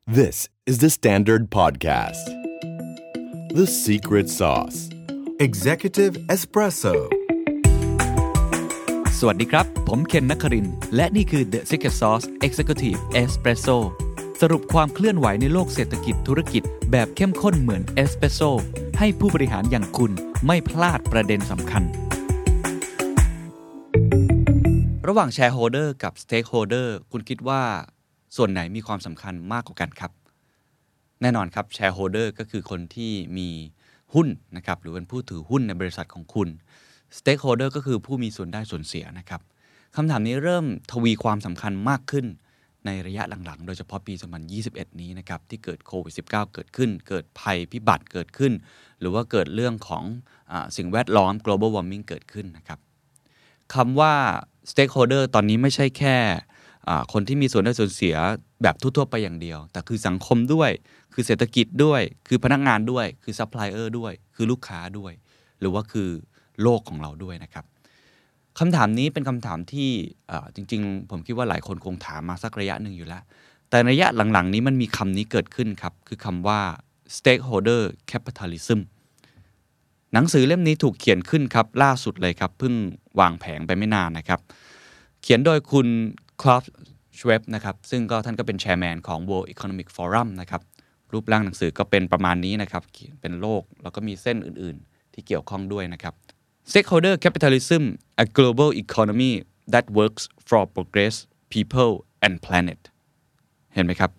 This is the Standard Podcast. The Secret Sauce Executive Espresso สวัสดีครับผมเคนนครินทร์และนี่คือ The Secret Sauce Executive Espresso สรุปความเคลื่อนไหวในโลกเศรษฐกิจธุรกิจแบบเข้มข้นเหมือนเอสเปรสโซ่ให้ผู้บริหารอย่างคุณไม่พลาดประเด็นสำคัญระหว่าง Shareholder กับ Stakeholder คุณคิดว่าส่วนไหนมีความสำคัญมากกว่ากันครับแน่นอนครับ Shareholder ก็คือคนที่มีหุ้นนะครับหรือเป็นผู้ถือหุ้นในบริษัทของคุณ Stakeholder ก็คือผู้มีส่วนได้ส่วนเสียนะครับคำถามนี้เริ่มทวีความสำคัญมากขึ้นในระยะหลังๆโดยเฉพาะปี 2021 นี้นะครับที่เกิดโควิด -19 เกิดขึ้นเกิดภัยพิบัติเกิดขึ้นหรือว่าเกิดเรื่องของสิ่งแวดล้อม global warming เกิดขึ้นนะครับคำว่า Stakeholder ตอนนี้ไม่ใช่แค่คนที่มีส่วนได้ส่วนเสียแบบทั่วๆไปอย่างเดียวแต่คือสังคมด้วยคือเศรษฐกิจด้วยคือพนักงานด้วยคือซัพพลายเออร์ด้วยคือลูกค้าด้วยหรือว่าคือโลกของเราด้วยนะครับคำถามนี้เป็นคำถามที่จริงๆผมคิดว่าหลายคนคงถามมาสักระยะหนึ่งอยู่แล้วแต่ระยะหลังๆนี้มันมีคำนี้เกิดขึ้นครับคือคำว่า stakeholder capitalism หนังสือเล่มนี้ถูกเขียนขึ้นครับล่าสุดเลยครับเพิ่งวางแผงไปไม่นานนะครับเขียนโดยคุณคลาฟชเวบนะครับซึ่งก็ท่านก็เป็นแชร์แมนของ World Economic Forum นะครับรูปร่างหนังสือก็เป็นประมาณนี้นะครับเป็นโลกแล้วก็มีเส้นอื่นๆที่เกี่ยวข้องด้วยนะครับ Stakeholder Capitalism a Global Economy that Works for Progress People and Planet เห็นไหมครับ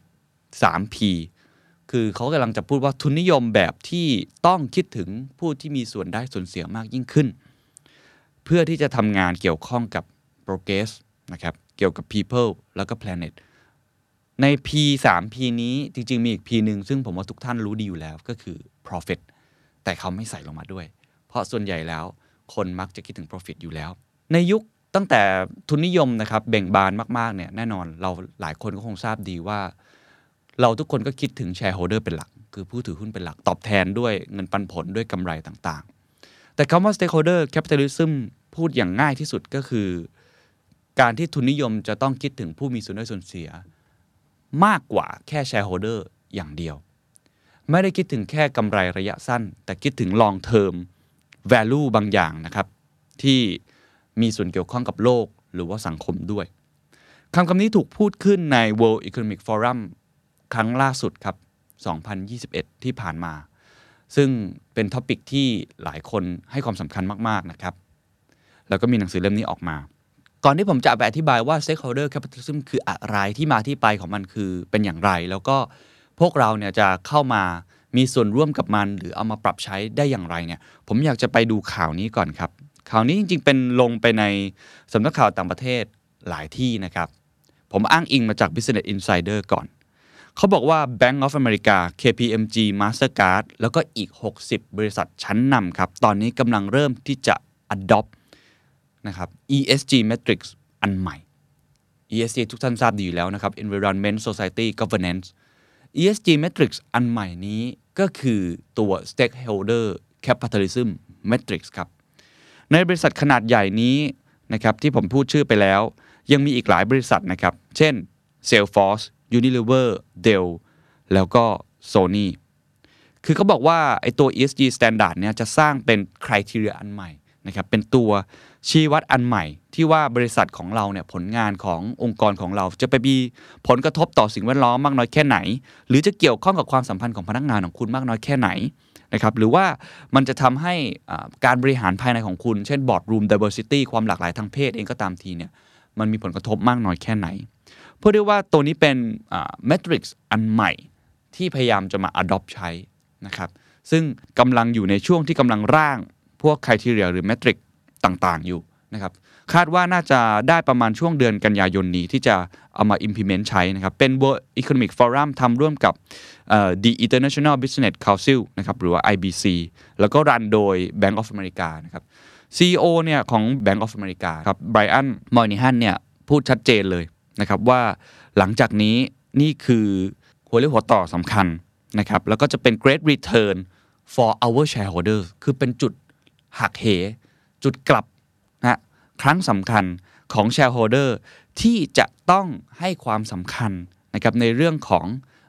3P คือเขากำลังจะพูดว่าทุนนิยมแบบที่ต้องคิดถึงผู้ที่มีส่วนได้ส่วนเสียมากยิ่งขึ้นเพื่อที่จะทำงานเกี่ยวข้องกับ progress นะครับเกี่ยวกับ people แล้วก็ planet ใน P 3P นี้จริงๆมีอีก P นึงซึ่งผมว่าทุกท่านรู้ดีอยู่แล้วก็คือ profit แต่เขาไม่ใส่ลงมาด้วยเพราะส่วนใหญ่แล้วคนมักจะคิดถึง profit อยู่แล้วในยุคตั้งแต่ทุนนิยมนะครับเบ่งบานมากๆเนี่ยแน่นอนเราหลายคนก็คงทราบดีว่าเราทุกคนก็คิดถึง shareholder เป็นหลักคือผู้ถือหุ้นเป็นหลักตอบแทนด้วยเงินปันผลด้วยกำไรต่างๆแต่คำว่า stakeholder capitalism พูดอย่างง่ายที่สุดก็คือการที่ทุนนิยมจะต้องคิดถึงผู้มีส่วนได้ส่วนเสียมากกว่าแค่ shareholder อย่างเดียวไม่ได้คิดถึงแค่กำไรระยะสั้นแต่คิดถึง long term value บางอย่างนะครับที่มีส่วนเกี่ยวข้องกับโลกหรือว่าสังคมด้วยคำนี้ถูกพูดขึ้นใน World Economic Forum ครั้งล่าสุดครับ2021ที่ผ่านมาซึ่งเป็นท็อปิกที่หลายคนให้ความสำคัญมากๆนะครับแล้วก็มีหนังสือเล่มนี้ออกมาก่อนที่ผมจะไปอธิบายว่า stakeholder capitalism คืออะไรที่มาที่ไปของมันคือเป็นอย่างไรแล้วก็พวกเราเนี่ยจะเข้ามามีส่วนร่วมกับมันหรือเอามาปรับใช้ได้อย่างไรเนี่ยผมอยากจะไปดูข่าวนี้ก่อนครับข่าวนี้จริงๆเป็นลงไปในสำนักข่าวต่างประเทศหลายที่นะครับผมอ้างอิงมาจาก Business Insider ก่อนเขาบอกว่า Bank of America KPMG Mastercard แล้วก็อีก60บริษัทชั้นนำครับตอนนี้กำลังเริ่มที่จะ adoptนะครับ ESG metrics อันใหม่ ESG ทุกท่านทราบดีอยู่แล้วนะครับ Environment Society Governance ESG metrics อันใหม่นี้ก็คือตัว Stakeholder Capitalism Metrics ครับในบริษัทขนาดใหญ่นี้นะครับที่ผมพูดชื่อไปแล้วยังมีอีกหลายบริษัทนะครับเช่น Salesforce Unilever Dell แล้วก็ Sony คือเขาบอกว่าไอ้ตัว ESG standard เนี่ยจะสร้างเป็น criteria อันใหม่นะครับเป็นตัวชี้วัดอันใหม่ที่ว่าบริษัทของเราเนี่ยผลงานขององค์กรของเราจะไปมีผลกระทบต่อสิ่งแวดล้อมมากน้อยแค่ไหนหรือจะเกี่ยวข้องกับความสัมพันธ์ของพนักงานของคุณมากน้อยแค่ไหนนะครับหรือว่ามันจะทำให้การบริหารภายในของคุณเช่น boardroom diversity ความหลากหลายทางเพศเองก็ตามทีเนี่ยมันมีผลกระทบมากน้อยแค่ไหนเพื่อได้ว่าตัวนี้เป็นmetrics อันใหม่ที่พยายามจะมา adopt ใช้นะครับซึ่งกำลังอยู่ในช่วงที่กำลังร่างพวก criteria หรือ metric ต่างๆอยู่นะครับคาดว่าน่าจะได้ประมาณช่วงเดือนกันยายนนี้ที่จะเอามา implement ใช้นะครับเป็น World Economic Forum ทำร่วมกับThe International Business Council นะครับหรือว่า IBC แล้วก็รันโดย Bank of America นะครับ CEO เนี่ยของ Bank of America ครับ Brian Moynihan เนี่ยพูดชัดเจนเลยนะครับว่าหลังจากนี้นี่คือหัวเรี่ยวหัวต่อสำคัญนะครับแล้วก็จะเป็น Great Return for our shareholders คือเป็นจุดหักเหจุดกลับนะครั้งสำคัญของ shareholder ที่จะต้องให้ความสำคัญนะครับในเรื่องของ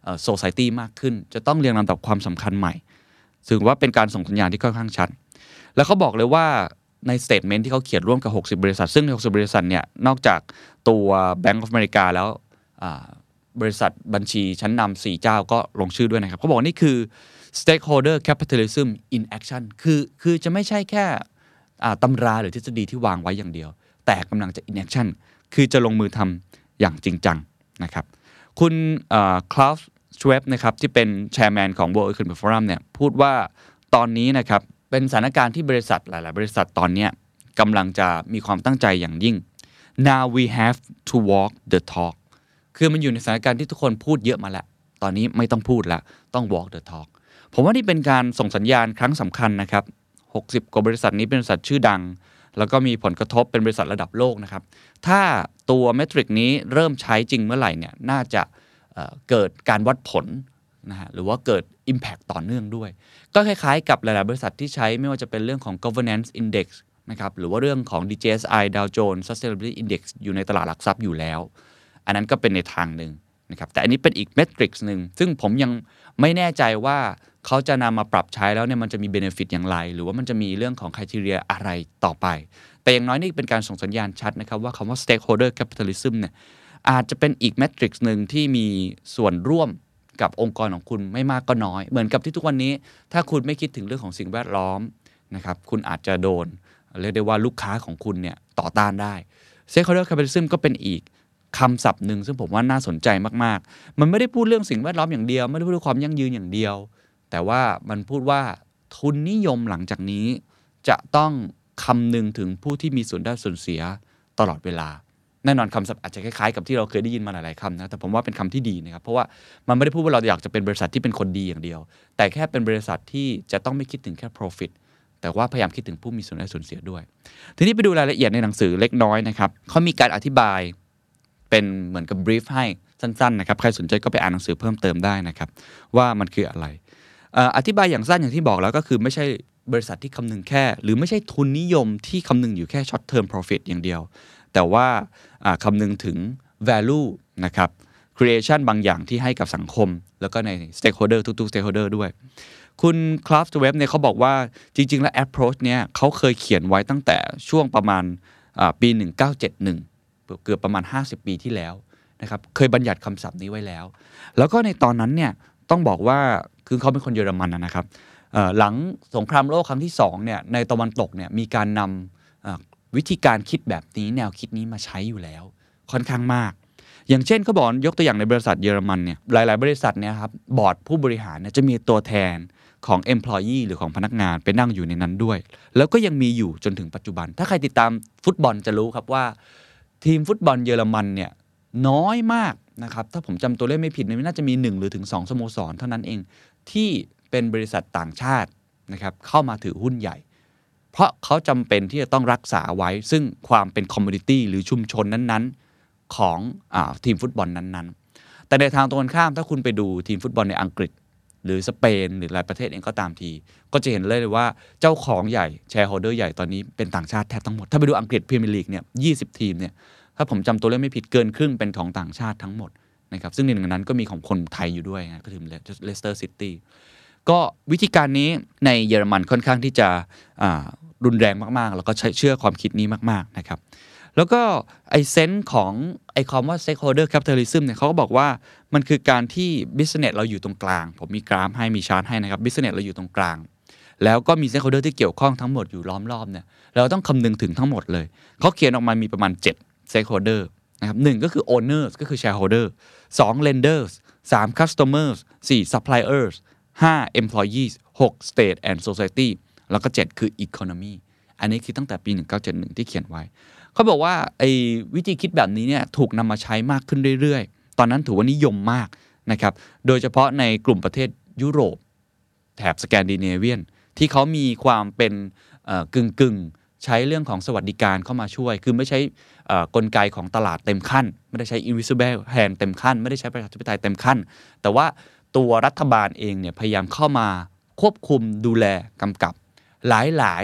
society มากขึ้นจะต้องเรียงลำดับความสำคัญใหม่ถือว่าเป็นการส่งสัญญาณที่ค่อนข้างชัดแล้วเขาบอกเลยว่าใน statement ที่เขาเขียนร่วมกับ60บริษัทซึ่งใน60บริษัทเนี่ยนอกจากตัว Bank of America แล้วบริษัทบัญชีชั้นนำ4เจ้าก็ลงชื่อด้วยนะครับเขาบอกนี่คือ stakeholder capitalism in action คือจะไม่ใช่แค่ตำราหรือทฤษฎีที่วางไว้อย่างเดียวแต่กำลังจะ in action คือจะลงมือทำอย่างจริงจังนะครับคุณคลาวส์ชเวฟนะครับที่เป็น chairman ของ World Economic Forum เนี่ยพูดว่าตอนนี้นะครับเป็นสถานการณ์ที่บริษัทหลายๆบริษัทตอนนี้กำลังจะมีความตั้งใจอย่างยิ่ง now we have to walk the talk คือมันอยู่ในสถานการณ์ที่ทุกคนพูดเยอะมาแล้วตอนนี้ไม่ต้องพูดแล้วต้อง walk the talk ผมว่านี่เป็นการส่งสัญญาณครั้งสำคัญนะครับ60กว่าบริษัทนี้เป็นบริษัทชื่อดังแล้วก็มีผลกระทบเป็นบริษัทระดับโลกนะครับถ้าตัวเมทริกนี้เริ่มใช้จริงเมื่อไหร่เนี่ยน่าจะเกิดการวัดผลนะฮะหรือว่าเกิด impact ต่อเนื่องด้วยก็คล้ายๆกับหลายๆบริษัทที่ใช้ไม่ว่าจะเป็นเรื่องของ governance index นะครับหรือว่าเรื่องของ DJSI Dow Jones Sustainability Index อยู่ในตลาดหลักทรัพย์อยู่แล้วอันนั้นก็เป็นในทางหนึ่งนะครับแต่อันนี้เป็นอีกเมทริกซ์นึงซึ่งผมยังไม่แน่ใจว่าเขาจะนำมาปรับใช้แล้วเนี่ยมันจะมี benefit อย่างไรหรือว่ามันจะมีเรื่องของ criteria อะไรต่อไปแต่อย่างน้อยนี่เป็นการส่งสัญญาณชัดนะครับว่าคำว่า stakeholder capitalism เนี่ยอาจจะเป็นอีกเมทริกซ์นึงที่มีส่วนร่วมกับองค์กรของคุณไม่มากก็น้อยเหมือนกับที่ทุกวันนี้ถ้าคุณไม่คิดถึงเรื่องของสิ่งแวดล้อมนะครับคุณอาจจะโดนเรียกได้ว่าลูกค้าของคุณเนี่ยต่อต้านได้ stakeholder capitalism ก็เป็นอีกคำศัพท์หนึ่งซึ่งผมว่าน่าสนใจมากๆมันไม่ได้พูดเรื่องสิ่งแวดล้อมอย่างเดียวไม่ได้พูดเรื่องความยั่งยืนอย่างเดียวแต่ว่ามันพูดว่าทุนนิยมหลังจากนี้จะต้องคำนึงถึงผู้ที่มีส่วนได้ส่วนเสียตลอดเวลาแน่นอนคำศัพท์อาจจะคล้ายๆกับที่เราเคยได้ยินมาหลายๆคำนะแต่ผมว่าเป็นคำที่ดีนะครับเพราะว่ามันไม่ได้พูดว่าเราอยากจะเป็นบริษัทที่เป็นคนดีอย่างเดียวแต่แค่เป็นบริษัทที่จะต้องไม่คิดถึงแค่ profit แต่ว่าพยายามคิดถึงผู้มีส่วนได้ส่วนเสียด้วยทีนี้ไปดูรายละเอียดในหนังสือเล็กน้อยนะครับเขามีการอธิบายเป็นเหมือนกับบรีฟให้สั้นๆนะครับใครสนใจก็ไปอ่านหนังสือเพิ่มเติมได้นะครับว่ามันคืออะไรอธิบายอย่างสั้นอย่างที่บอกแล้วก็คือไม่ใช่บริษัทที่คำนึงแค่หรือไม่ใช่ทุนนิยมที่คำนึงอยู่แค่ short term profit อย่างเดียวแต่ว่าคำนึงถึง value นะครับ creation บางอย่างที่ให้กับสังคมแล้วก็ใน stakeholder ทุกๆ stakeholder ด้วยคุณคลาฟส์เว็บเนี่ยเขาบอกว่าจริงๆแล้ว approach เนี่ยเขาเคยเขียนไว้ตั้งแต่ช่วงประมาณปี1971เกือบประมาณ50ปีที่แล้วนะครับเคยบัญญัติคำศัพท์นี้ไว้แล้วก็ในตอนนั้นเนี่ยต้องบอกว่าคือเขาเป็นคนเยอรมันนะครับหลังสงครามโลกครั้งที่2เนี่ยในตะวันตกเนี่ยมีการนำวิธีการคิดแบบนี้แนวคิดนี้มาใช้อยู่แล้วค่อนข้างมากอย่างเช่นเขาบอกยกตัวอย่างในบริษัทเยอรมันเนี่ยหลายๆบริษัทเนี่ยครับบอร์ดผู้บริหารเนี่ยจะมีตัวแทนของ employee หรือของพนักงานไปนั่งอยู่ในนั้นด้วยแล้วก็ยังมีอยู่จนถึงปัจจุบันถ้าใครติดตามฟุตบอลจะรู้ครับว่าทีมฟุตบอลเยอรมันเนี่ยน้อยมากนะครับถ้าผมจำตัวเลขไม่ผิดเนี่ยน่าจะมี1หรือถึง2สโมสรเท่านั้นเองที่เป็นบริษัทต่างชาตินะครับเข้ามาถือหุ้นใหญ่เพราะเขาจำเป็นที่จะต้องรักษาไว้ซึ่งความเป็นคอมมูนิตี้หรือชุมชนนั้นๆของทีมฟุตบอลนั้นๆแต่ในทางตรงกันข้ามถ้าคุณไปดูทีมฟุตบอลในอังกฤษหรือสเปนหรือหลายประเทศเองก็ตามทีก็จะเห็นเลยว่าเจ้าของใหญ่แชร์โฮลเดอร์ใหญ่ตอนนี้เป็นต่างชาติแทบทั้งหมดถ้าไปดูอังกฤษพรีเมียร์ลีกเนี่ย20ทีมเนี่ยถ้าผมจำตัวเลขไม่ผิดเกินครึ่งเป็นของต่างชาติทั้งหมดนะครับซึ่งหนึ่งในนั้นก็มีของคนไทยอยู่ด้วยนะก็คือเลสเตอร์ซิตี้ก็วิธีการนี้ในเยอรมันค่อนข้างที่จะรุนแรงมากๆแล้วก็เชื่อความคิดนี้มากๆนะครับแล้วก็ไอเซนส์ของไอคำว่า stakeholder capitalism เนี่ยเขาก็บอกว่ามันคือการที่ business เราอยู่ตรงกลางผมมีกราฟให้มีชาร์ตให้นะครับ business เราอยู่ตรงกลางแล้วก็มี stakeholder ที่เกี่ยวข้องทั้งหมดอยู่ล้อมรอบเนี่ยเราต้องคำนึงถึงทั้งหมดเลยเขาเขียนออกมามีประมาณ7 stakeholder นะครับ1ก็คือ owners ก็คือ shareholder 2 lenders 3 customers 4 suppliers 5 employees 6 state and society แล้วก็7คือ economy อันนี้คือตั้งแต่ปี1971ที่เขียนไว้เขาบอกว่าไอ้วิธีคิดแบบนี้เนี่ยถูกนำมาใช้มากขึ้นเรื่อยๆตอนนั้นถือว่านิยมมากนะครับโดยเฉพาะในกลุ่มประเทศยุโรปแถบสแกนดิเนเวียนที่เขามีความเป็นกึ่งใช้เรื่องของสวัสดิการเข้ามาช่วยคือไม่ใช้กลไกของตลาดเต็มขั้นไม่ได้ใช้ invisible hand เต็มขั้นไม่ได้ใช้ประชาธิปไตยเต็มขั้นแต่ว่าตัวรัฐบาลเองเนี่ยพยายามเข้ามาควบคุมดูแลกำกับหลาย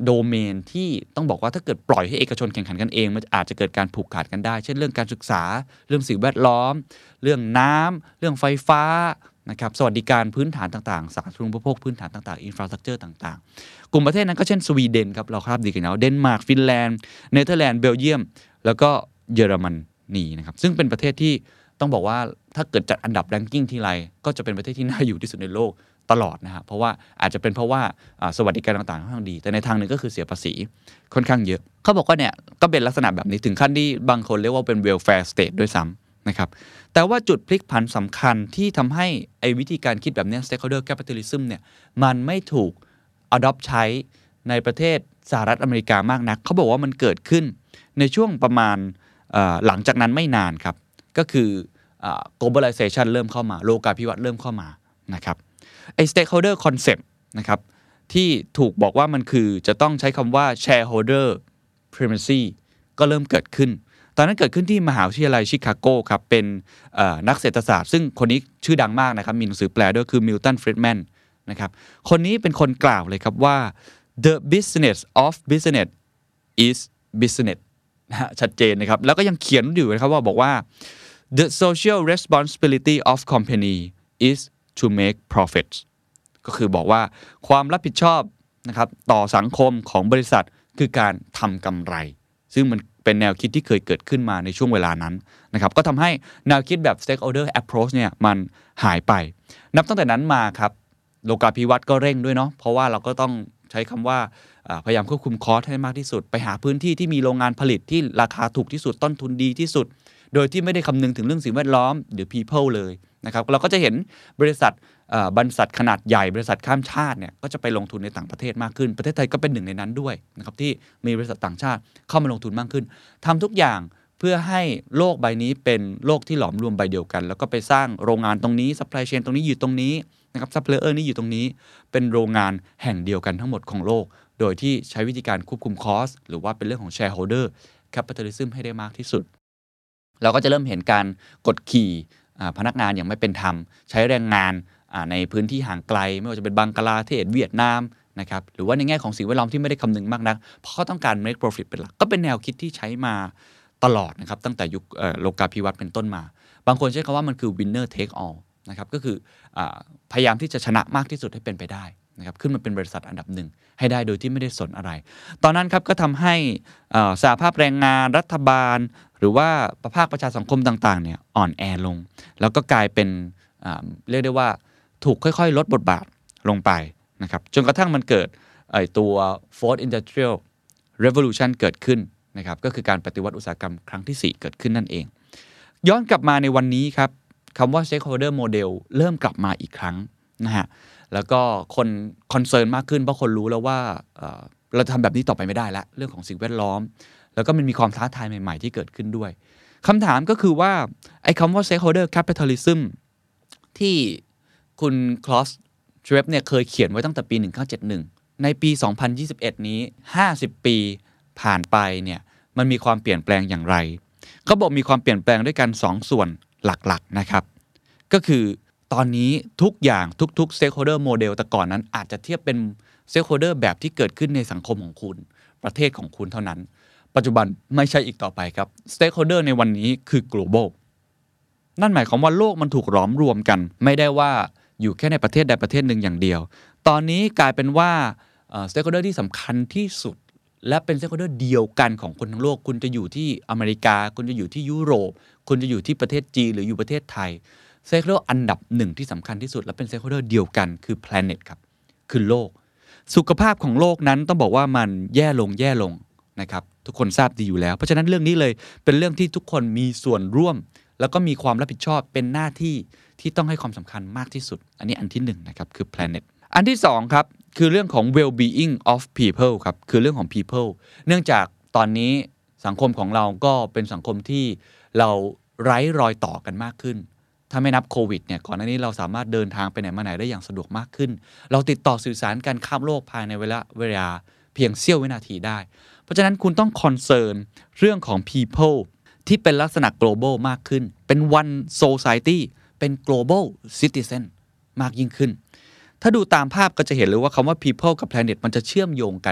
โดเมนที่ต้องบอกว่าถ้าเกิดปล่อยให้เอกชนแข่งขันกันเองมันอาจจะเกิดการผูกขาดกันได้เช่นเรื่องการศึกษาเรื่องสิ่งแวดล้อมเรื่องน้ำเรื่องไฟฟ้านะครับสวัสดิการพื้นฐานต่างๆสาธารณูปโภคพื้นฐานต่างๆอินฟราสตรัคเจอร์ต่างๆกลุ่มประเทศนั้นก็เช่นสวีเดนครับเราทราบดีกันแล้วเดนมาร์กฟินแลนด์เนเธอร์แลนด์เบลเยียมแล้วก็เยอรมนีนะครับซึ่งเป็นประเทศที่ต้องบอกว่าถ้าเกิดจัดอันดับแรงกิ้งทีไรก็จะเป็นประเทศที่น่าอยู่ที่สุดในโลกตลอดนะครับเพราะว่าอาจจะเป็นเพราะว่าสวัสดิการต่างๆค่อนข้างดีแต่ในทางหนึ่งก็คือเสียภาษีค่อนข้างเยอะเขาบอกว่าเนี่ยก็เป็นลักษณะแบบนี้ถึงขั้นที่บางคนเรียกว่าเป็น welfare state ด้วยซ้ำนะครับแต่ว่าจุดพลิกผันสำคัญที่ทำให้ไอ้วิธีการคิดแบบนี้ stakeholder capitalism เนี่ยมันไม่ถูก adopt ใช้ในประเทศสหรัฐอเมริกามากนักเขาบอกว่ามันเกิดขึ้นในช่วงประมาณหลังจากนั้นไม่นานครับก็คือglobalization เริ่มเข้ามาโลกาภิวัตน์เริ่มเข้ามานะครับไอ้ stakeholder concept นะครับที่ถูกบอกว่ามันคือจะต้องใช้คำว่า shareholder primacy ก็เริ่มเกิดขึ้นตอนนั้นเกิดขึ้นที่มหาวิทยาลัยชิคาโกครับเป็นนักเศรษฐศาสตร์ซึ่งคนนี้ชื่อดังมากนะครับมีหนังสือแปลด้วยคือมิลตันฟริดแมนนะครับคนนี้เป็นคนกล่าวเลยครับว่า the business of business is business นะฮะชัดเจนนะครับแล้วก็ยังเขียนอยู่นะครับว่าบอกว่า the social responsibility of company is to make profits ก็คือบอกว่าความรับผิดชอบนะครับต่อสังคมของบริษัทคือการทำกำไรซึ่งมันเป็นแนวคิดที่เคยเกิดขึ้นมาในช่วงเวลานั้นนะครับก็ทำให้แนวคิดแบบ stakeholder approach เนี่ยมันหายไปนับตั้งแต่นั้นมาครับโลกาภิวัตน์ก็เร่งด้วยเนาะเพราะว่าเราก็ต้องใช้คำว่าพยายามควบคุมคอสให้มากที่สุดไปหาพื้นที่ที่มีโรงงานผลิตที่ราคาถูกที่สุดต้นทุนดีที่สุดโดยที่ไม่ได้คำนึงถึงเรื่องสิ่งแวดล้อมหรือ people เลยนะครับเราก็จะเห็นบริษัทขนาดใหญ่บริษัทข้ามชาติเนี่ยก็จะไปลงทุนในต่างประเทศมากขึ้นประเทศไทยก็เป็นหนึ่งในนั้นด้วยนะครับที่มีบริษัทต่างชาติเข้ามาลงทุนมากขึ้นทำทุกอย่างเพื่อให้โลกใบนี้เป็นโลกที่หลอมรวมใบเดียวกันแล้วก็ไปสร้างโรงงานตรงนี้ supply chain ตรงนี้อยู่ตรงนี้นะครับ supplier นี่อยู่ตรงนี้เป็นโรงงานแห่งเดียวกันทั้งหมดของโลกโดยที่ใช้วิธีการควบคุมคอสหรือว่าเป็นเรื่องของ shareholder capitalism ให้ได้มากที่สุดเราก็จะเริ่มเห็นการกดขี่พนักงานอย่างไม่เป็นธรรมใช้แรงงานในพื้นที่ห่างไกลไม่ว่าจะเป็นบังกลาเทศเวียดนามนะครับหรือว่าในแง่ของสิ่งแวดล้อมที่ไม่ได้คำนึงมากนักเพราะเขาต้องการ make profit เป็นหลักก็เป็นแนวคิดที่ใช้มาตลอดนะครับตั้งแต่ยุคโลกาภิวัตน์เป็นต้นมาบางคนใช้คำว่ามันคือ winner take all นะครับก็คือพยายามที่จะชนะมากที่สุดให้เป็นไปได้นะครับขึ้นมาเป็นบริษัทอันดับหนึ่งให้ได้โดยที่ไม่ได้สนอะไรตอนนั้นครับก็ทำให้สหภาพแรงงานรัฐบาลหรือว่าภาคประชาสังคมต่างๆเนี่ยอ่อนแอลงแล้วก็กลายเป็นเรียกได้ว่าถูกค่อยๆลดบทบาทลงไปนะครับจนกระทั่งมันเกิดตัว Fourth Industrial Revolution เกิดขึ้นนะครับก็คือการปฏิวัติอุตสาหกรรมครั้งที่4เกิดขึ้นนั่นเองย้อนกลับมาในวันนี้ครับคำว่า Stakeholder Model เริ่มกลับมาอีกครั้งนะฮะแล้วก็คนคอนเซิร์นมากขึ้นเพราะคนรู้แล้วว่าเราทำแบบนี้ต่อไปไม่ได้ละเรื่องของสิ่งแวดล้อมแล้วก็มันมีความท้าทายใหม่ๆที่เกิดขึ้นด้วยคำถามก็คือว่าไอ้คำว่า stakeholder capitalism ที่คุณคลอสทริปเนี่ยเคยเขียนไว้ตั้งแต่ปี1971ในปี2021นี้50ปีผ่านไปเนี่ยมันมีความเปลี่ยนแปลงอย่างไรเขาบอกมีความเปลี่ยนแปลงด้วยกัน2ส่วนหลักๆนะครับก็คือตอนนี้ทุกอย่างทุกๆ stakeholder model แต่ก่อนนั้นอาจจะเทียบเป็น stakeholder แบบที่เกิดขึ้นในสังคมของคุณประเทศของคุณเท่านั้นปัจจุบันไม่ใช่อีกต่อไปครับ stakeholder ในวันนี้คือ global นั่นหมายความว่าโลกมันถูกหลอมรวมกันไม่ได้ว่าอยู่แค่ในประเทศใดประเทศหนึ่งอย่างเดียวตอนนี้กลายเป็นว่าstakeholder ที่สำคัญที่สุดและเป็น stakeholder เดียวกันของคนทั้งโลกคุณจะอยู่ที่อเมริกาคุณจะอยู่ที่ยุโรปคุณจะอยู่ที่ประเทศจีนหรืออยู่ประเทศไทยstakeholder อันดับหนึ่งที่สำคัญที่สุดและเป็น stakeholder เดียวกันคือ planet ครับคือโลกสุขภาพของโลกนั้นต้องบอกว่ามันแย่ลงนะครับทุกคนทราบดีอยู่แล้วเพราะฉะนั้นเรื่องนี้เลยเป็นเรื่องที่ทุกคนมีส่วนร่วมแล้วก็มีความรับผิดชอบเป็นหน้าที่ที่ต้องให้ความสำคัญมากที่สุดอันนี้อันที่1นะครับคือ planet อันที่2ครับคือเรื่องของ well-being of people ครับคือเรื่องของ people เนื่องจากตอนนี้สังคมของเราก็เป็นสังคมที่เราไร้รอยต่อกันมากขึ้นถ้าไม่นับโควิดเนี่ยก่อนหน้านี้เราสามารถเดินทางไปไหนมาไหนได้อย่างสะดวกมากขึ้นเราติดต่อสื่อสารกันข้ามโลกภายในเวลาเพียงเสี้ยววินาทีได้เพราะฉะนั้นคุณต้องคอนเซิร์นเรื่องของ people ที่เป็นลักษณะ global มากขึ้นเป็น one society เป็น global citizen มากยิ่งขึ้นถ้าดูตามภาพก็จะเห็นเลยว่าคำว่า people กับ planet มันจะเชื่อมโยงกัน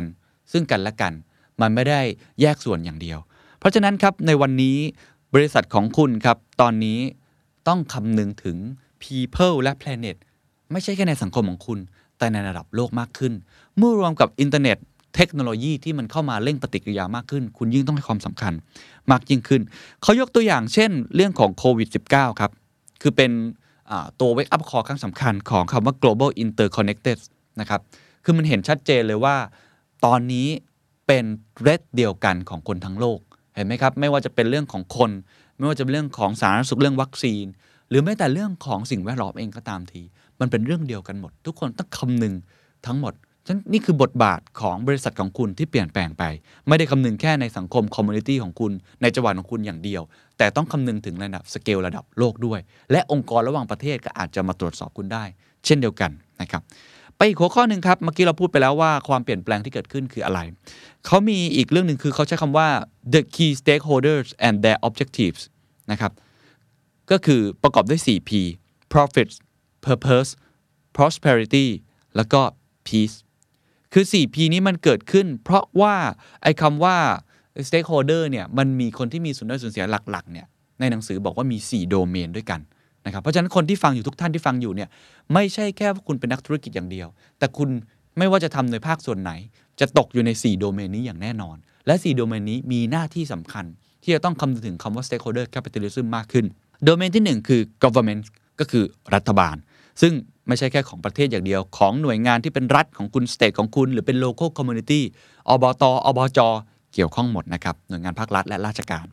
ซึ่งกันและกันมันไม่ได้แยกส่วนอย่างเดียวเพราะฉะนั้นครับในวันนี้บริษัทของคุณครับตอนนี้ต้องคำนึงถึง people และ planet ไม่ใช่แค่ในสังคมของคุณแต่ในระดับโลกมากขึ้นเมื่อรวมกับอินเทอร์เน็ตเทคโนโลยีที่มันเข้ามาเร่งปฏิกิริยามากขึ้นคุณยิ่งต้องให้ความสำคัญมากยิ่งขึ้นเขายกตัวอย่างเช่นเรื่องของโควิด -19 ครับคือเป็นตัว wake up call ครั้งสำคัญของคำว่า global interconnected นะครับคือมันเห็นชัดเจนเลยว่าตอนนี้เป็นเรทเดียวกันของคนทั้งโลกเห็นไหมครับไม่ว่าจะเป็นเรื่องของคนไม่ว่าจะเป็นเรื่องของสาธารณสุขเรื่องวัคซีนหรือแม้แต่เรื่องของสิ่งแวดล้อมเองก็ตามทีมันเป็นเรื่องเดียวกันหมดทุกคนต้องคำนึงทั้งหมดฉะนั้นนี่คือบทบาทของบริษัทของคุณที่เปลี่ยนแปลงไปไม่ได้คำนึงแค่ในสังคมคอมมูนิตี้ของคุณในจังหวัดของคุณอย่างเดียวแต่ต้องคำนึงถึงระดับสเกลระดับโลกด้วยและองค์กรระหว่างประเทศก็อาจจะมาตรวจสอบคุณได้เช่นเดียวกันนะครับไปอีกหัวข้อนึงครับเมื่อกี้เราพูดไปแล้วว่าความเปลี่ยนแปลงที่เกิดขึ้นคืออะไรเขามีอีกเรื่องนึงคือเขาใช้คำว่า the key stakeholders and their objectives นะครับก็คือประกอบด้วย 4P profits purpose prosperity แล้วก็ peace คือ 4P นี้มันเกิดขึ้นเพราะว่าไอ้คำว่า stakeholder เนี่ยมันมีคนที่มีส่วนได้ส่วนเสียหลักๆเนี่ยในหนังสือบอกว่ามี4โดเมนด้วยกันนะครับเพราะฉะนั้นคนที่ฟังอยู่ทุกท่านที่ฟังอยู่เนี่ยไม่ใช่แค่ว่าคุณเป็นนักธุรกิจอย่างเดียวแต่คุณไม่ว่าจะทำในภาคส่วนไหนจะตกอยู่ใน4โดเมนนี้อย่างแน่นอนและ4โดเมนนี้มีหน้าที่สำคัญที่จะต้องคำนึงถึงคำว่า stakeholder capitalism มากขึ้นโดเมนที่1คือ government ก็คือรัฐบาลซึ่งไม่ใช่แค่ของประเทศอย่างเดียวของหน่วยงานที่เป็นรัฐของคุณ state ของคุณหรือเป็น local community อบต.อบจ.เกี่ยวข้องหมดนะครับหน่วยงานภาครัฐและราชการ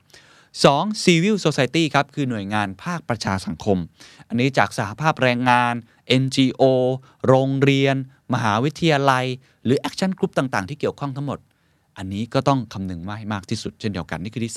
2 Civil Society ครับคือหน่วยงานภาคประชาสังคมอันนี้จากสหภาพแรงงาน NGO โรงเรียนมหาวิทยาลัยหรือ Action Group ต่างๆที่เกี่ยวข้องทั้งหมดอันนี้ก็ต้องคำนึงมากที่สุดเช่นเดียวกันนี่คือที่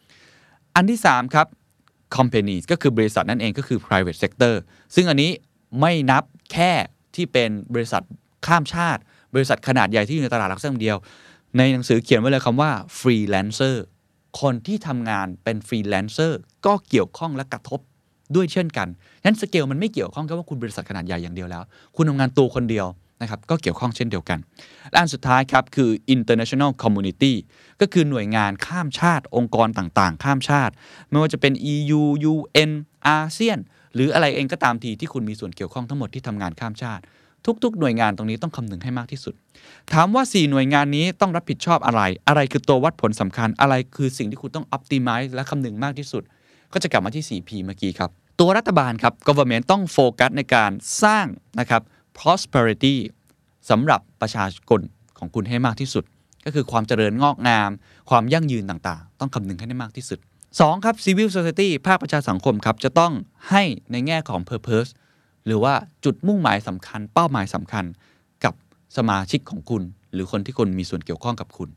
2อันที่3ครับ Companies ก็คือบริษัทนั่นเองก็คือ private sector ซึ่งอันนี้ไม่นับแค่ที่เป็นบริษัทข้ามชาติบริษัทขนาดใหญ่ที่อยู่ในตลาดหลักทรัพย์เดียวในหนังสือเขียนไว้เลยคำว่า freelancerคนที่ทำงานเป็นฟรีแลนเซอร์ก็เกี่ยวข้องและกระทบด้วยเช่นกันนั้นสเกลมันไม่เกี่ยวข้องแค่ว่าคุณบริษัทขนาดใหญ่อย่างเดียวแล้วคุณทำงานตัวคนเดียวนะครับก็เกี่ยวข้องเช่นเดียวกันและอันสุดท้ายครับคือ international community ก็คือหน่วยงานข้ามชาติองค์กรต่างๆข้ามชาติไม่ว่าจะเป็น EU UN อาเซียนหรืออะไรเองก็ตามทีที่คุณมีส่วนเกี่ยวข้องทั้งหมดที่ทำงานข้ามชาติทุกๆหน่วยงานตรงนี้ต้องคำนึงให้มากที่สุดถามว่า4หน่วยงานนี้ต้องรับผิดชอบอะไรคือตัววัดผลสำคัญอะไรคือสิ่งที่คุณต้อง optimize และคำนึงมากที่สุดก็จะกลับมาที่ 4P เมื่อกี้ครับตัวรัฐบาลครับ government ต้องโฟกัสในการสร้างนะครับ prosperity สำหรับประชาชนของคุณให้มากที่สุดก็คือความเจริญงอกงามความยั่งยืนต่างๆต้องคำนึงให้ได้มากที่สุด2ครับ civil society ภาคประชาสังคมครับจะต้องให้ในแง่ของ purposeหรือว่าจุดมุ่งหมายสำคัญเป้าหมายสำคัญกับสมาชิกของคุณหรือคนที่คุณมีส่วนเกี่ยวข้องกับคุณ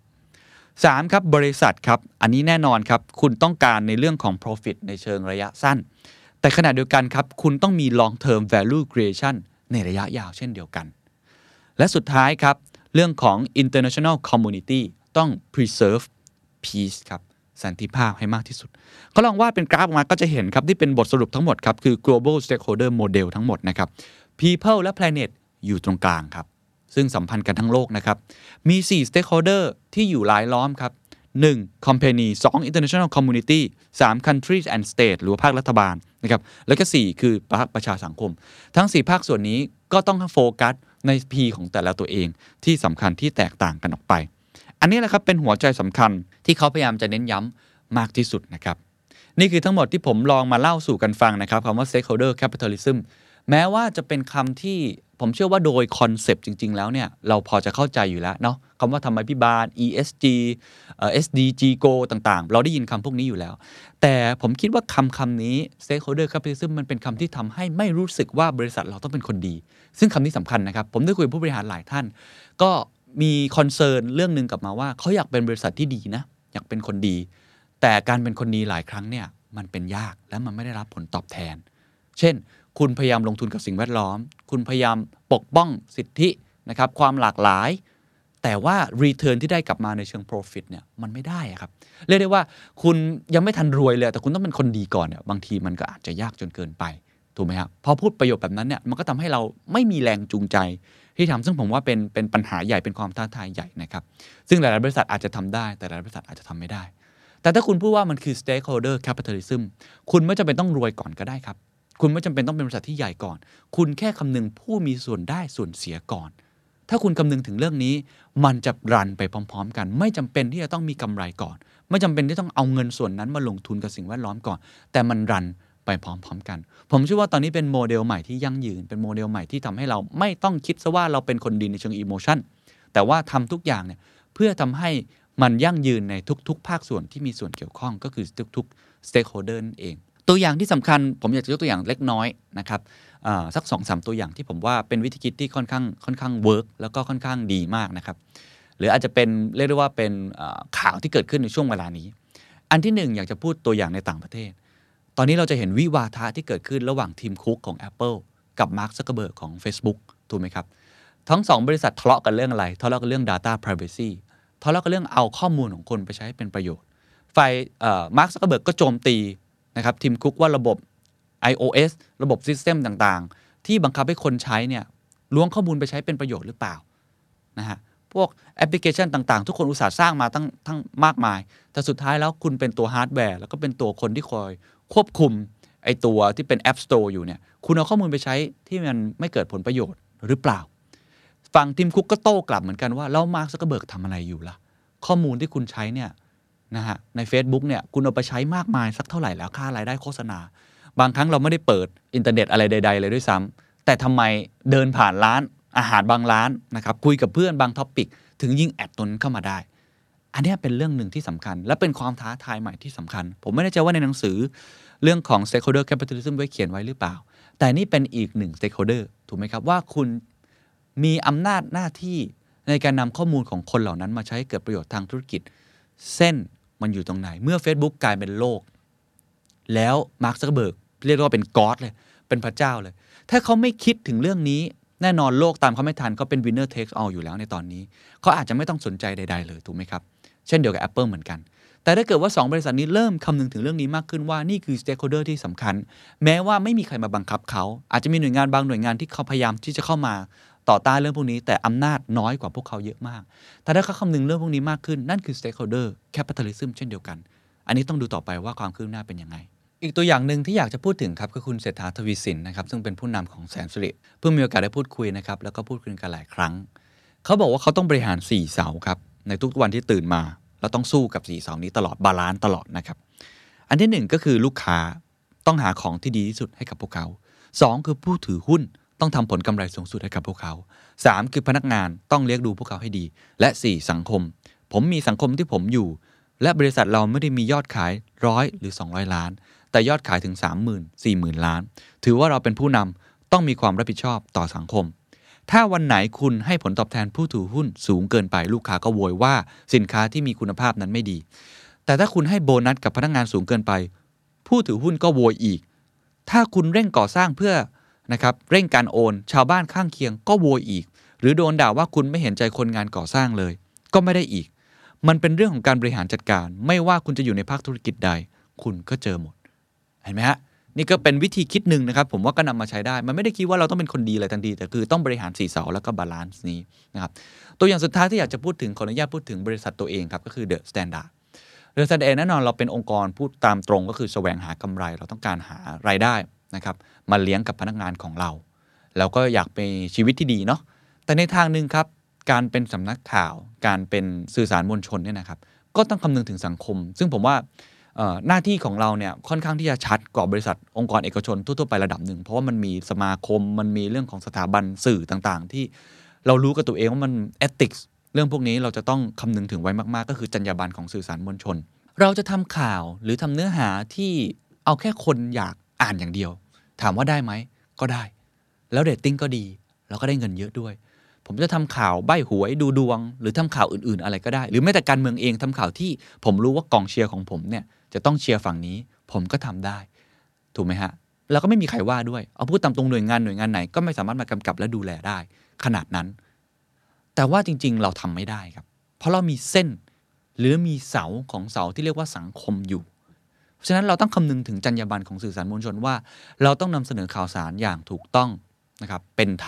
3ครับบริษัทครับอันนี้แน่นอนครับคุณต้องการในเรื่องของ profit ในเชิงระยะสั้นแต่ขณะเดียวกันครับคุณต้องมี long term value creation ในระยะยาวเช่นเดียวกันและสุดท้ายครับเรื่องของ international community ต้อง preserve peace ครับสันติภาพให้มากที่สุดก็ลองวาดเป็นกราฟออกมาก็จะเห็นครับที่เป็นบทสรุปทั้งหมดครับคือ global stakeholder model ทั้งหมดนะครับ people และ planet อยู่ตรงกลางครับซึ่งสัมพันธ์กันทั้งโลกนะครับมี4 stakeholder ที่อยู่รายล้อมครับ1 company 2 international community 3 countries and state หรือว่าภาครัฐบาลนะครับแล้วก็4คือภาคประชาสังคมทั้ง4ภาคส่วนนี้ก็ต้องโฟกัสใน P ของแต่ละตัวเองที่สำคัญที่แตกต่างกันออกไปอันนี้แหละครับเป็นหัวใจสำคัญที่เขาพยายามจะเน้นย้ำมากที่สุดนะครับนี่คือทั้งหมดที่ผมลองมาเล่าสู่กันฟังนะครับคำว่า stakeholder capitalism แม้ว่าจะเป็นคำที่ผมเชื่อว่าโดยคอนเซปต์จริงๆแล้วเนี่ยเราพอจะเข้าใจอยู่แล้วเนาะคำว่าธรรมาภิบาล ESG SDG Go ต่างๆเราได้ยินคำพวกนี้อยู่แล้วแต่ผมคิดว่าคำนี้ stakeholder capitalism มันเป็นคำที่ทำให้ไม่รู้สึกว่าบริษัทเราต้องเป็นคนดีซึ่งคำนี้สำคัญนะครับผมได้คุยกับผู้บริหารหลายท่านก็มีคอนเซิร์นเรื่องนึงกลับมาว่าเขาอยากเป็นบริษัทที่ดีนะอยากเป็นคนดีแต่การเป็นคนดีหลายครั้งเนี่ยมันเป็นยากและมันไม่ได้รับผลตอบแทนเช่นคุณพยายามลงทุนกับสิ่งแวดล้อมคุณพยายามปกป้องสิทธินะครับความหลากหลายแต่ว่า return ที่ได้กลับมาในเชิง profit เนี่ยมันไม่ได้ครับเรียกได้ว่าคุณยังไม่ทันรวยเลยแต่คุณต้องเป็นคนดีก่อนเนี่ยบางทีมันก็อาจจะยากจนเกินไปถูกไหมครับพอพูดประโยคแบบนั้นเนี่ยมันก็ทำให้เราไม่มีแรงจูงใจที่ทำซึ่งผมว่าเป็นปัญหาใหญ่เป็นความท้าทายใหญ่นะครับซึ่งหลายๆบริษัทอาจจะทำได้แต่หลายบริษัทอาจจะทำไม่ได้แต่ถ้าคุณพูดว่ามันคือ stakeholder capitalism คุณไม่จำเป็นต้องรวยก่อนก็ได้ครับคุณไม่จำเป็นต้องเป็นบริษัทที่ใหญ่ก่อนคุณแค่คำนึงผู้มีส่วนได้ส่วนเสียก่อนถ้าคุณคำนึงถึงเรื่องนี้มันจะรันไปพร้อมๆกันไม่จำเป็นที่จะต้องมีกำไรก่อนไม่จำเป็นที่ต้องเอาเงินส่วนนั้นมาลงทุนกับสิ่งแวดล้อมก่อนแต่มันรันไปพร้อมๆกันผมเชื่อว่าตอนนี้เป็นโมเดลใหม่ที่ยั่งยืนเป็นโมเดลใหม่ที่ทำให้เราไม่ต้องคิดซะว่าเราเป็นคนดีในเชิงอิโมชันแต่ว่าทำทุกอย่างเนี่ยเพื่อทำให้มันยั่งยืนในทุกๆภาคส่วนที่มีส่วนเกี่ยวข้องก็คือทุกๆ stakeholder นั่นเองตัวอย่างที่สำคัญผมอยากจะยกตัวอย่างเล็กน้อยนะครับสัก 2-3 ตัวอย่างที่ผมว่าเป็นวิธีคิดที่ค่อนข้างเวิร์กแล้วก็ค่อนข้างดีมากนะครับหรืออาจจะเป็นเรียกได้ว่าเป็นข่าวที่เกิดขึ้นในช่วงเวลานี้อันที่1อยากจะพูดตัวอย่างในต่างประเทศตอนนี้เราจะเห็นวิวาทะที่เกิดขึ้นระหว่างทีมคุกของ Apple กับ Mark Zuckerberg ของ Facebook ถูกไหมครับทั้ง2บริษัททะเลาะกันเรื่องอะไรทะเลาะกันเรื่อง Data Privacy ทะเลาะกันเรื่องเอาข้อมูลของคนไปใช้เป็นประโยชน์ฝ่ายMark Zuckerberg ก็โจมตีนะครับทีมคุกว่าระบบ iOS ระบบซิสเต็มต่างๆที่บังคับให้คนใช้เนี่ยล้วงข้อมูลไปใช้เป็นประโยชน์หรือเปล่านะฮะพวกแอปพลิเคชันต่างๆทุกคนอุตส่าห์สร้างมาทั้งมากมายแต่สุดท้ายแล้วคุณเป็นตัวฮาร์ดแวร์แล้วก็เป็นตัวคนที่คอยควบคุมไอตัวที่เป็น App Store อยู่เนี่ยคุณเอาข้อมูลไปใช้ที่มันไม่เกิดผลประโยชน์หรือเปล่าฝั่งทีมคุกก็โต้กลับเหมือนกันว่าแล้วมาร์ค ซักเคอร์เบิร์กทำอะไรอยู่ล่ะข้อมูลที่คุณใช้เนี่ยนะฮะใน Facebook เนี่ยคุณเอาไปใช้มากมายสักเท่าไหร่แล้วค่ารายได้โฆษณาบางครั้งเราไม่ได้เปิดอินเทอร์เน็ตอะไรใดๆเลยด้วยซ้ำแต่ทำไมเดินผ่านร้านอาหารบางร้านนะครับคุยกับเพื่อนบางท็อปิกถึงยิ่งแอดตนเข้ามาได้อันนี้เป็นเรื่องหนึ่งที่สำคัญและเป็นความท้าทายใหม่ที่สำคัญผมไม่แน่ใจว่าในหนังสือเรื่องของ stakeholder capitalism ไว้เขียนไว้หรือเปล่าแต่นี่เป็นอีกหนึ่ง stakeholder ถูกไหมครับว่าคุณมีอำนาจหน้าที่ในการนำข้อมูลของคนเหล่านั้นมาใช้เกิดประโยชน์ทางธุรกิจเส้นมันอยู่ตรงไหนเมื่อ Facebook กลายเป็นโลกแล้วมาร์ค ซักเคอร์เบิร์กเรียกว่าเป็นก็อดเลยเป็นพระเจ้าเลยถ้าเขาไม่คิดถึงเรื่องนี้แน่นอนโลกตามเขาไม่ทันเขาเป็น winner takes all อยู่แล้วในตอนนี้เขาอาจจะไม่ต้องสนใจใดๆเลยถูกไหมครับเช่นเดียวกับ Apple เหมือนกันแต่ถ้าเกิดว่า2บริษัทนี้เริ่มคำนึงถึงเรื่องนี้มากขึ้นว่านี่คือ stakeholder ที่สำคัญแม้ว่าไม่มีใครมาบังคับเขาอาจจะมีหน่วยงานบางหน่วยงานที่เขาพยายามที่จะเข้ามาต่อต้านเรื่องพวกนี้แต่อำนาจน้อยกว่าพวกเขาเยอะมากแต่ถ้าเขาคำนึงเรื่องพวกนี้มากขึ้นนั่นคือ stakeholder capitalism เช่นเดียวกันอันนี้ต้องดูต่อไปว่าความคืบหน้าเป็นยังไงอีกตัวอย่างหนึ่งที่อยากจะพูดถึงครับคือคุณเศรษฐา ทวีสินนะครับซึ่งเป็นผู้นำของแสนสิริเพิ่งมีโอกาสได้พูดคุยนะครับแล้วก็พูดคุยกันหลายครั้งเขาบอกว่าเขาต้องบริหาร4เสาครับในทุกวันที่ตื่นมาเราต้องสู้กับ4เสานี้ตลอดบาลานซ์ตลอดนะครับอันที่1ก็คือลูกค้าต้องหาของที่ดีที่สุดให้กับพวกเขา2คือผู้ถือหุ้นต้องทำผลกำไรสูงสุดให้กับพวกเขา3คือพนักงานต้องเลี้ยงดูพวกเขาให้ดีและ4สังคมผมมีสังคมที่ผมอยู่และบริษัทเราไม่ได้มียอดขาย100หรือ200ล้านแต่ยอดขายถึง 30,000 40,000 ล้านถือว่าเราเป็นผู้นำต้องมีความรับผิดชอบต่อสังคมถ้าวันไหนคุณให้ผลตอบแทนผู้ถือหุ้นสูงเกินไปลูกค้าก็โวยว่าสินค้าที่มีคุณภาพนั้นไม่ดีแต่ถ้าคุณให้โบนัสกับพนักงานสูงเกินไปผู้ถือหุ้นก็โวยอีกถ้าคุณเร่งก่อสร้างเพื่อนะครับเร่งการโอนชาวบ้านข้างเคียงก็โวยอีกหรือโดนด่าว่าคุณไม่เห็นใจคนงานก่อสร้างเลยก็ไม่ได้อีกมันเป็นเรื่องของการบริหารจัดการไม่ว่าคุณจะอยู่ในภาคธุรกิจใดคุณก็เจอหมดเห็นไหมฮะนี่ก็เป็นวิธีคิดหนึ่งนะครับผมว่าก็นำมาใช้ได้มันไม่ได้คิดว่าเราต้องเป็นคนดีอะไรทันทีแต่คือต้องบริหาร4เสาแล้วก็บาลานซ์นี้นะครับตัวอย่างสุดท้ายที่อยากจะพูดถึงขออนุญาตพูดถึงบริษัทตัวเองครับก็คือ The Standard The Standard แน่นอนเราเป็นองค์กรพูดตามตรงก็คือแสวงหากำไรเราต้องการหารายได้นะครับมาเลี้ยงกับพนักงานของเราแล้วก็อยากมีชีวิตที่ดีเนาะแต่ในทางนึงครับการเป็นสำนักข่าวการเป็นสื่อสารมวลชนเนี่ยนะครับก็ต้องคำนึงถึงสังคมซึ่งผมว่าหน้าที่ของเราเนี่ยค่อนข้างที่จะชัดกว่าบริษัทองค์กรเอกชนทั่วๆไประดับหนึ่งเพราะว่ามันมีสมาคมมันมีเรื่องของสถาบันสื่อต่างๆที่เรารู้กับตัวเองว่ามัน ethics เรื่องพวกนี้เราจะต้องคำนึงถึงไว้มากๆก็คือจรรยาบรรณของสื่อสารมวลชนเราจะทำข่าวหรือทำเนื้อหาที่เอาแค่คนอยากอ่านอย่างเดียวถามว่าได้ไหมก็ได้แล้วเรตติ้งก็ดีแล้วก็ได้เงินเยอะด้วยผมจะทำข่าวใบ้หวยดูดวงหรือทำข่าวอื่นๆอะไรก็ได้หรือแม้แต่การเมืองเองทำข่าวที่ผมรู้ว่ากองเชียร์ของผมเนี่ยจะต้องเชียร์ฝั่งนี้ผมก็ทำได้ถูกไหมฮะแล้วก็ไม่มีใครว่าด้วยเอาพูดตามตรงหน่วยงานไหนก็ไม่สามารถมากำกับและดูแลได้ขนาดนั้นแต่ว่าจริงๆเราทำไม่ได้ครับเพราะเรามีเส้นหรือมีเสาของเสาที่เรียกว่าสังคมอยู่เพราะฉะนั้นเราต้องคำนึงถึงจรรยาบรรณของสื่อสารมวลชนว่าเราต้องนำเสนอข่าวสารอย่างถูกต้องนะครับเป็นธรรม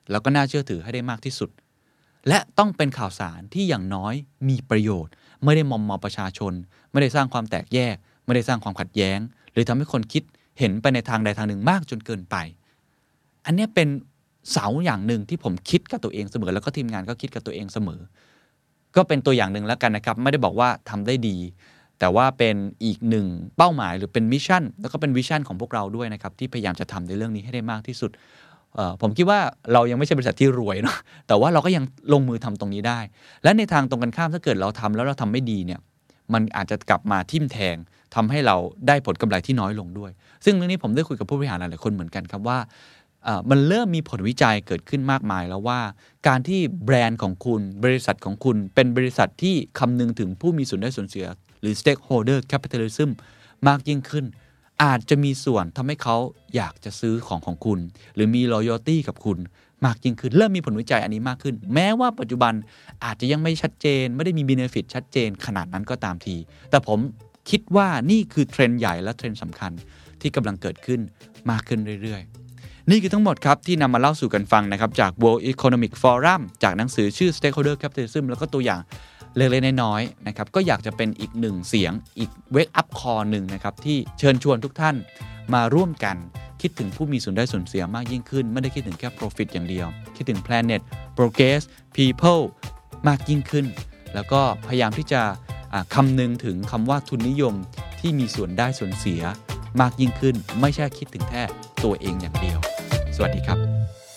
แล้วก็น่าเชื่อถือให้ได้มากที่สุดและต้องเป็นข่าวสารที่อย่างน้อยมีประโยชน์ไม่ได้มอมประชาชนไม่ได้สร้างความแตกแยกไม่ได้สร้างความขัดแย้งหรือทำให้คนคิดเห็นไปในทางใดทางหนึ่งมากจนเกินไปอันนี้เป็นเสาอย่างหนึ่งที่ผมคิดกับตัวเองเสมอแล้วก็ทีมงานก็คิดกับตัวเองเสมอก็เป็นตัวอย่างหนึ่งแล้วกันนะครับไม่ได้บอกว่าทำได้ดีแต่ว่าเป็นอีกหนึ่งเป้าหมายหรือเป็นมิชชั่นแล้วก็เป็นวิชั่นของพวกเราด้วยนะครับที่พยายามจะทำในเรื่องนี้ให้ได้มากที่สุดผมคิดว่าเรายังไม่ใช่บริษัทที่รวยเนาะแต่ว่าเราก็ยังลงมือทำตรงนี้ได้และในทางตรงกันข้ามถ้าเกิดเราทำแล้วเราทำไม่ดีเนี่ยมันอาจจะกลับมาทิ่มแทงทำให้เราได้ผลกำไรที่น้อยลงด้วยซึ่งเรื่องนี้ผมได้คุยกับผู้บริหารหลายๆคนเหมือนกันครับว่ามันเริ่มมีผลวิจัยเกิดขึ้นมากมายแล้วว่าการที่แบรนด์ของคุณบริษัทของคุณเป็นบริษัทที่คำนึงถึงผู้มีส่วนได้ส่วนเสียหรือ stakeholder capitalism มากยิ่งขึ้นอาจจะมีส่วนทำให้เขาอยากจะซื้อของคุณหรือมี loyalty กับคุณมากยิ่งขึ้นเริ่มมีผลวิจัยอันนี้มากขึ้นแม้ว่าปัจจุบันอาจจะยังไม่ชัดเจนไม่ได้มี benefit ชัดเจนขนาดนั้นก็ตามทีแต่ผมคิดว่านี่คือเทรนด์ใหญ่และเทรนด์สำคัญที่กำลังเกิดขึ้นมากขึ้นเรื่อยๆนี่คือทั้งหมดครับที่นำมาเล่าสู่กันฟังนะครับจาก World Economic Forum จากหนังสือชื่อ Stakeholder Capitalism แล้วก็ตัวอย่างเล็กๆน้อยๆนะครับก็อยากจะเป็นอีกหนึ่งเสียงอีก wake up call หนึ่งนะครับที่เชิญชวนทุกท่านมาร่วมกันคิดถึงผู้มีส่วนได้ส่วนเสียมากยิ่งขึ้นไม่ได้คิดถึงแค่ profit อย่างเดียวคิดถึง planet progress people มากยิ่งขึ้นแล้วก็พยายามที่จะคำนึงถึงคำว่าทุนนิยมที่มีส่วนได้ส่วนเสียมากยิ่งขึ้นไม่ใช่คิดถึงแค่ตัวเองอย่างเดียวสวัสดีครับ